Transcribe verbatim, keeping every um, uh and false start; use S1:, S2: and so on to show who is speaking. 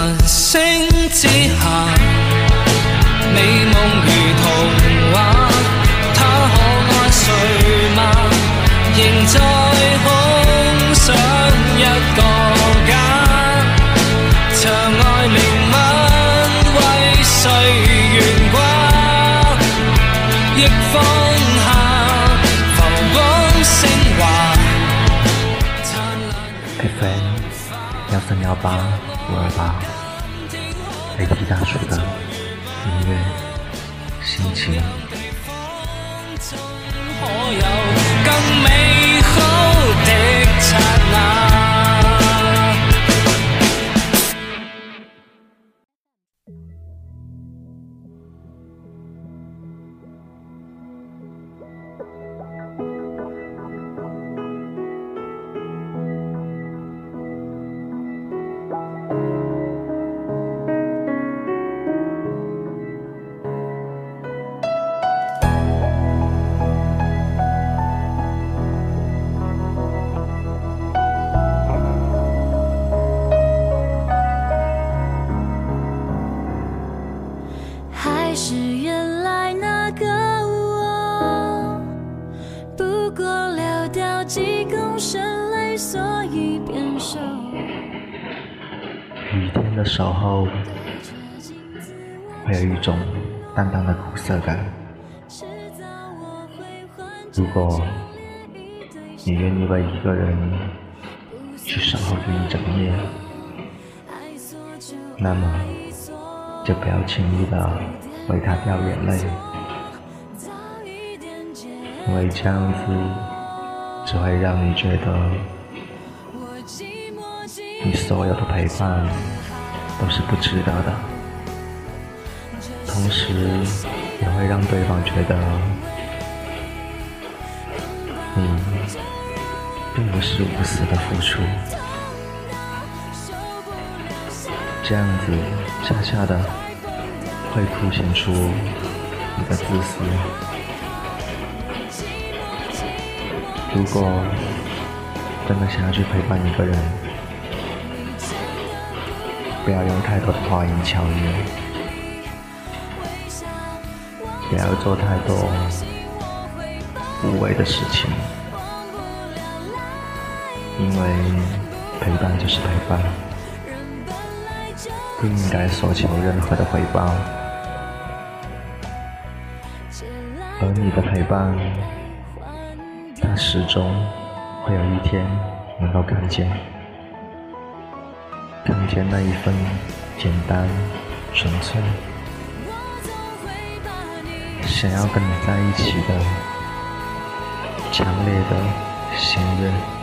S1: 星之下，美梦如童话，他可爱睡吗？仍在空想一个家，长爱灵吻为谁悬挂，亦放下浮光升华。
S2: F M 幺三幺八五二八，A T 大叔的音乐心情。
S1: 可有更美好的刹那？
S3: 还是原来那个我，不过流掉几公升泪，所以变瘦。
S2: 雨天的守候，会有一种淡淡的苦涩感。如果你愿意为一个人去守候这一整夜，那么就不要轻易的为他掉眼泪，因为这样子只会让你觉得你所有的陪伴都是不值得的，同时也会让对方觉得你并不是无私的付出，这样子恰恰的会凸显出你的自私。如果真的想要去陪伴一个人，不要用太多的花言巧语，不要做太多无谓的事情，因为陪伴就是陪伴，不应该索求任何的回报，而你的陪伴，它始终会有一天能够看见，看见那一份简单纯粹，想要跟你在一起的强烈的心愿。